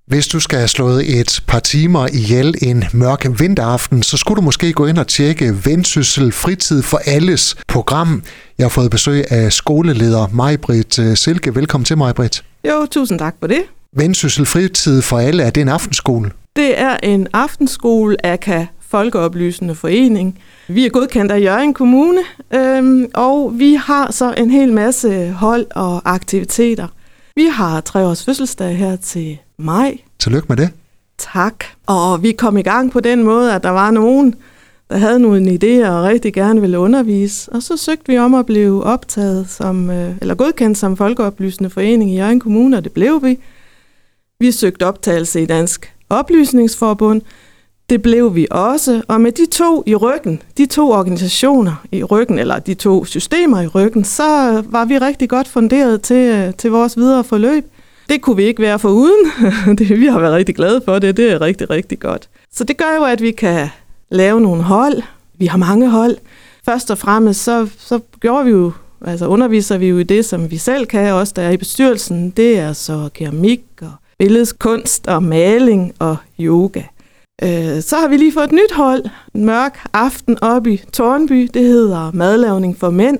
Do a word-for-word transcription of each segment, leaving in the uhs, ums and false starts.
Hvis du skal have slået et par timer ihjel en mørk vinteraften, så skulle du måske gå ind og tjekke Vendsyssel Fritid for Alles program. Jeg har fået besøg af skoleleder Maj-Britt Silke. Velkommen til, Maj-Britt. Jo, tusind tak for det. Vendsyssel Fritid for Alle, er det en aftenskole? Det er en aftenskole af A K A Folkeoplysende Forening. Vi er godkendt af Hjørring Kommune, øhm, og vi har så en hel masse hold og aktiviteter. Vi har tre års fødselsdag her til maj. Tillykke med det. Tak. Og vi kom i gang på den måde, at der var nogen, der havde nogle idéer og rigtig gerne ville undervise. Og så søgte vi om at blive optaget som, eller godkendt som Folkeoplysende Forening i Hjørring Kommune, og det blev vi. Vi søgte optagelse i Dansk Oplysningsforbund. Det blev vi også, og med de to i ryggen, de to organisationer i ryggen, eller de to systemer i ryggen, så var vi rigtig godt funderet til, til vores videre forløb. Det kunne vi ikke være foruden. Det, vi har været rigtig glade for det. Det er rigtig, rigtig godt. Så det gør jo, at vi kan lave nogle hold. Vi har mange hold. Først og fremmest, så, så gjorde vi jo, altså underviser vi jo i det, som vi selv kan, også der er i bestyrelsen. Det er så keramik og billedskunst og maling og yoga. Så har vi lige fået et nyt hold, en mørk aften oppe i Tårnby. Det hedder Madlavning for Mænd.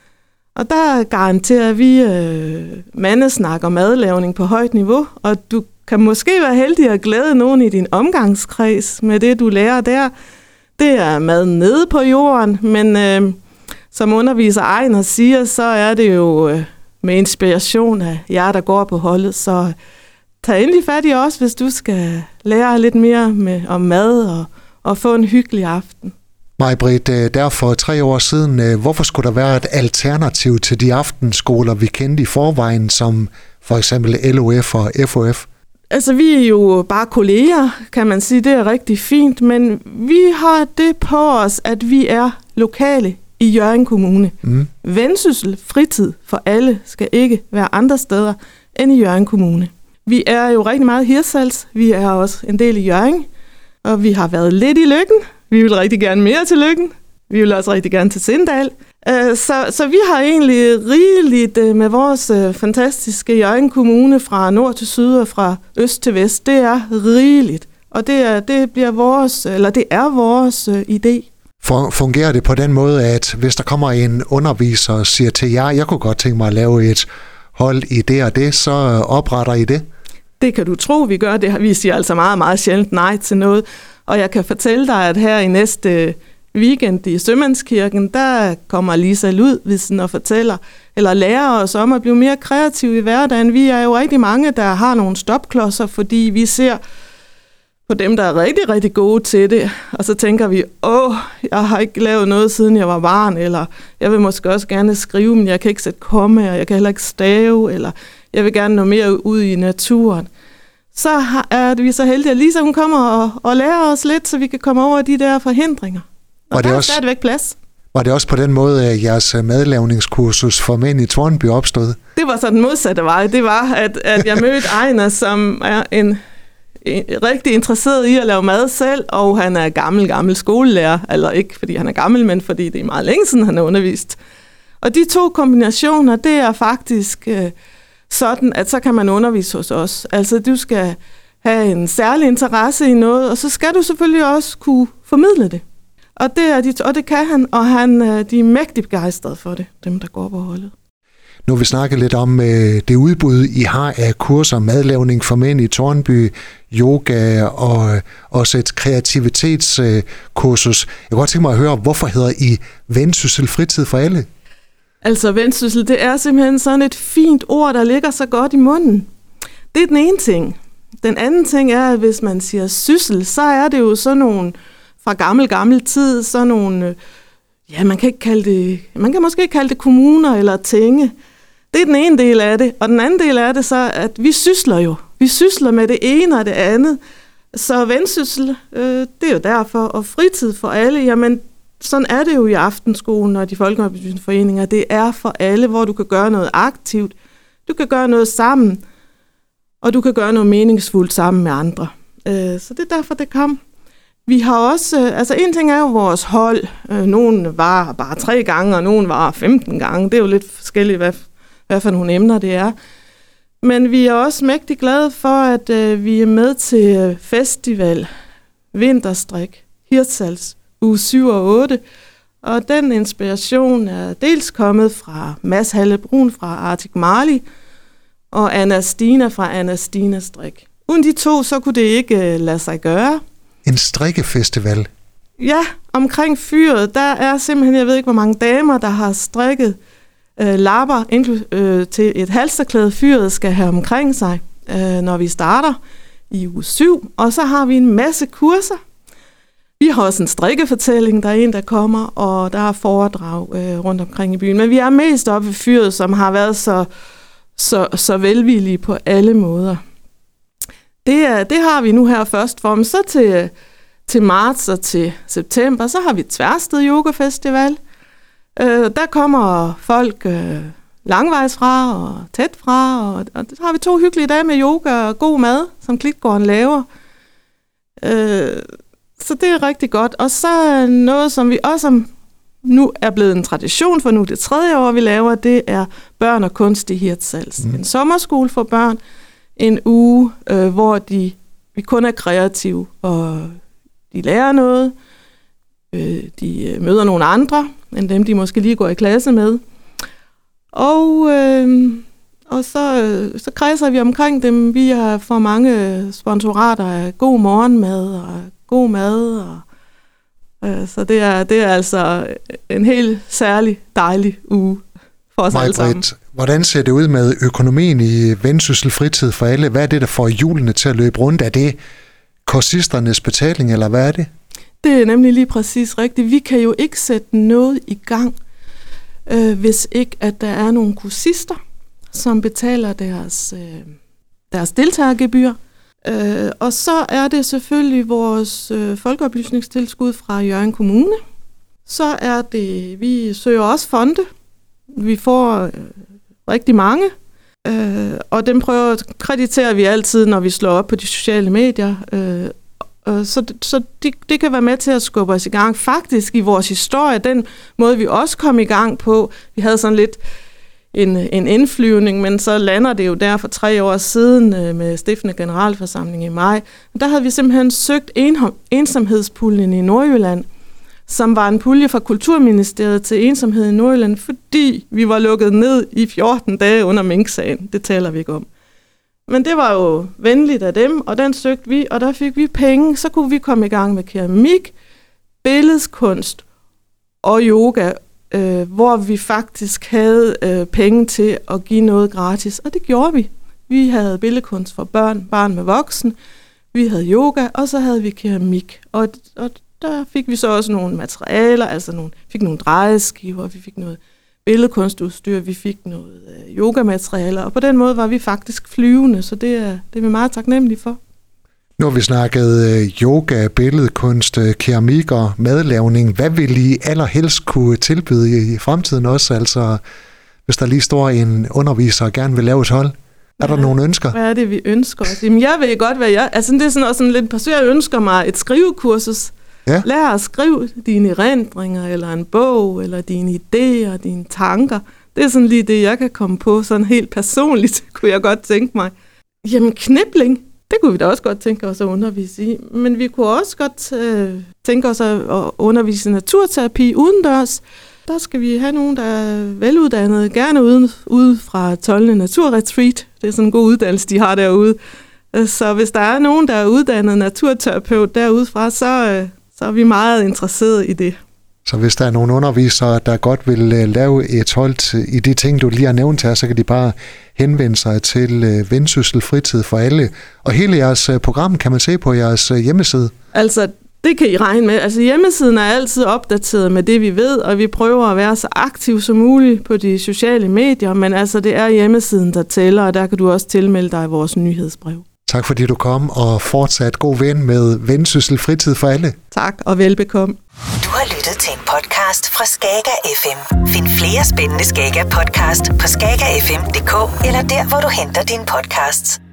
Og der garanterer vi øh, mandesnak og madlavning på højt niveau. Og du kan måske være heldig at glæde nogen i din omgangskreds med det, du lærer der. Det er mad nede på jorden, men øh, som underviser Ejner siger, så er det jo øh, med inspiration af jer, der går på holdet. Så tag endelig fat i os, hvis du skal lære lidt mere med, om mad og, og få en hyggelig aften. Maj-Britt, der for tre år siden, hvorfor skulle der være et alternativ til de aftenskoler, vi kendte i forvejen, som for eksempel L O F og F O F? Altså, vi er jo bare kolleger, kan man sige. Det er rigtig fint, men vi har det på os, at vi er lokale i Hjørring Kommune. Mm. Vendsyssel Fritid for Alle skal ikke være andre steder end i Hjørring Kommune. Vi er jo rigtig meget Hirtshals. Vi er også en del i Hjørring, og vi har været lidt i Løkken. Vi vil rigtig gerne mere til Løkken. Vi vil også rigtig gerne til Sindal. Så, så vi har egentlig rigeligt med vores fantastiske Hjørring Kommune fra nord til syd og fra øst til vest. Det er rigeligt, og det er, det bliver vores, eller det er vores idé. Fungerer det på den måde, at hvis der kommer en underviser og siger til jer, jeg kunne godt tænke mig at lave et hold i det og det, så opretter I det? Det kan du tro, vi gør. Det. Vi siger altså meget, meget sjældent nej til noget. Og jeg kan fortælle dig, at her i næste weekend i Sømandskirken, der kommer Lisa Ludvigsen og fortæller, eller lærer os om at blive mere kreative i hverdagen. Vi er jo rigtig mange, der har nogle stopklodser, fordi vi ser på dem, der er rigtig, rigtig gode til det. Og så tænker vi, åh, jeg har ikke lavet noget, siden jeg var barn, eller jeg vil måske også gerne skrive, men jeg kan ikke sætte komme, og jeg kan heller ikke stave, eller jeg vil gerne nå mere ud i naturen. Så er vi så heldige, at Lisa hun kommer og, og lærer os lidt, så vi kan komme over de der forhindringer. Og var det der også, er stadigvæk plads. Var det også på den måde, at jeres madlavningskursus for mænd i Tårnby opstod? Det var så den modsatte vej. Det var, at, at jeg mødte Ejner, som er en, en rigtig interesseret i at lave mad selv, og han er gammel, gammel skolelærer. Eller ikke fordi han er gammel, men fordi det er meget længe siden, han har undervist. Og de to kombinationer, det er faktisk øh, sådan, at så kan man undervise hos os. Altså, du skal have en særlig interesse i noget, og så skal du selvfølgelig også kunne formidle det. Og det, er de, og det kan han, og han, de er mægtigt begejstrede for det, dem der går på holdet. Nu vil vi snakke lidt om øh, det udbud, I har af kurser, madlavning for mænd i Tårnby, yoga og også et kreativitetskursus. Øh, Jeg kunne godt tænke mig at høre, hvorfor hedder I Vendsyssel Fritid for Alle? Altså Vendsyssel, det er simpelthen sådan et fint ord, der ligger så godt i munden. Det er den ene ting. Den anden ting er, at hvis man siger syssel, så er det jo sådan nogle fra gammel, gammel tid, sådan nogle, ja, man kan ikke kalde det, man kan måske kalde det kommuner eller tinge. Det er den ene del af det, og den anden del af det så, at vi sysler jo. Vi sysler med det ene og det andet. Så vendsyssel, øh, det er jo derfor, og fritid for alle, jamen sådan er det jo i aftenskolen og de folkeoplysende foreninger. Det er for alle, hvor du kan gøre noget aktivt, du kan gøre noget sammen, og du kan gøre noget meningsfuldt sammen med andre. Øh, så det er derfor, det kom. Vi har også, altså en ting er jo vores hold. Nogle var bare tre gange, og nogle var femten gange. Det er jo lidt forskelligt, hvad, hvad for nogle emner det er. Men vi er også mægtig glade for, at øh, vi er med til festival Vinterstrik Hirtshals uge syv og otte. Og den inspiration er dels kommet fra Mads Halle Brun fra Arctic Marley og Anna Stina fra Anna Stina Strik. Uden de to, så kunne det ikke lade sig gøre. En strikkefestival? Ja, omkring fyret, der er simpelthen, jeg ved ikke, hvor mange damer, der har strikket øh, lapper inklu- øh, til et halsterklæde, fyret skal have omkring sig, øh, når vi starter i uge syv. Og så har vi en masse kurser. Vi har også en strikkefortælling, der er en, der kommer, og der er foredrag øh, rundt omkring i byen. Men vi er mest oppe ved fyret, som har været så, så, så velvillige på alle måder. Det, er, det har vi nu her først for. Men så til, til marts og til september, så har vi Tværsted Yoga Festival. Øh, der kommer folk øh, langvejs fra og tæt fra, og, og så har vi to hyggelige dage med yoga og god mad, som Klitgården laver. Øh, Så det er rigtig godt. Og så noget, som vi også nu er blevet en tradition for nu, det tredje år, vi laver, det er børn og kunst i Hirtshals. Mm. En sommerskole for børn, en uge, øh, hvor de, vi kun er kreative, og de lærer noget. Øh, de møder nogle andre, end dem, de måske lige går i klasse med. Og, øh, og så, øh, så kredser vi omkring dem. Vi har for mange sponsorater af god morgenmad og god mad, og, øh, så det er, det er altså en helt særlig dejlig uge for os alle sammen. Hvordan ser det ud med økonomien i Vendsyssel Fritid for alle? Hvad er det, der får hjulene til at løbe rundt? Er det kursisternes betaling, eller hvad er det? Det er nemlig lige præcis rigtigt. Vi kan jo ikke sætte noget i gang, øh, hvis ikke at der er nogle kursister, som betaler deres, øh, deres deltagergebyr. Øh, og så er det selvfølgelig vores øh, folkeoplysningstilskud fra Hjørring Kommune. Så er det, vi søger også fonde. Vi får øh, rigtig mange, øh, og dem prøver krediterer vi altid, når vi slår op på de sociale medier. Øh, og så så det, det kan være med til at skubbe os i gang. Faktisk i vores historie, den måde vi også kom i gang på, vi havde sådan lidt En, en indflyvning, men så lander det jo der for tre år siden øh, med stiftende generalforsamling i maj. Der havde vi simpelthen søgt en, ensomhedspuljen i Nordjylland, som var en pulje fra Kulturministeriet til ensomhed i Nordjylland, fordi vi var lukket ned i fjorten dage under minksagen. Det taler vi ikke om. Men det var jo venligt af dem, og den søgte vi, og der fik vi penge. Så kunne vi komme i gang med keramik, billedskunst og yoga, Øh, hvor vi faktisk havde øh, penge til at give noget gratis, og det gjorde vi. Vi havde billedkunst for børn, barn med voksen, vi havde yoga, og så havde vi keramik. Og, og der fik vi så også nogle materialer, altså nogle, fik nogle drejeskiver, vi fik noget billedkunstudstyr, vi fik noget øh, yogamaterialer, og på den måde var vi faktisk flyvende, så det er, det er vi meget taknemmelige for. Nu har vi snakket yoga, billedkunst, keramik og madlavning. Hvad vil I allerhelst kunne tilbyde i fremtiden også? Altså, hvis der lige står en underviser og gerne vil lave et hold. Er der ja, nogle ønsker? Hvad er det, vi ønsker os? Jamen, jeg ved godt, hvad jeg... Altså, det er sådan også sådan lidt personligt. Jeg ønsker mig et skrivekursus. Ja. Lær at skrive dine erindringer, eller en bog, eller dine idéer, dine tanker. Det er sådan lige det, jeg kan komme på. Sådan helt personligt, kunne jeg godt tænke mig. Jamen, knipling. Det kunne vi da også godt tænke os at undervise i. Men vi kunne også godt øh, tænke os at, at undervise i naturterapi udendørs. Der skal vi have nogen, der er veluddannede, gerne ude, ude fra Tolne Naturretreat. Det er sådan en god uddannelse, de har derude. Så hvis der er nogen, der er uddannet naturterapeut derudefra, så, øh, så er vi meget interesserede i det. Så hvis der er nogle undervisere, der godt vil lave et hold i de ting, du lige har nævnt her, så kan de bare henvende sig til Vendsyssel Fritid for alle. Og hele jeres program kan man se på jeres hjemmeside. Altså, det kan I regne med. Altså, hjemmesiden er altid opdateret med det, vi ved, og vi prøver at være så aktive som muligt på de sociale medier, men altså, det er hjemmesiden, der tæller, og der kan du også tilmelde dig vores nyhedsbrev. Tak fordi du kom, og fortsat god ven med Vendsyssel Fritid for alle. Tak, og velbekomme. Du har lyttet til en podcast fra Skager F M. Find flere spændende Skager podcast på skager f m punktum d k eller der, hvor du henter dine podcasts.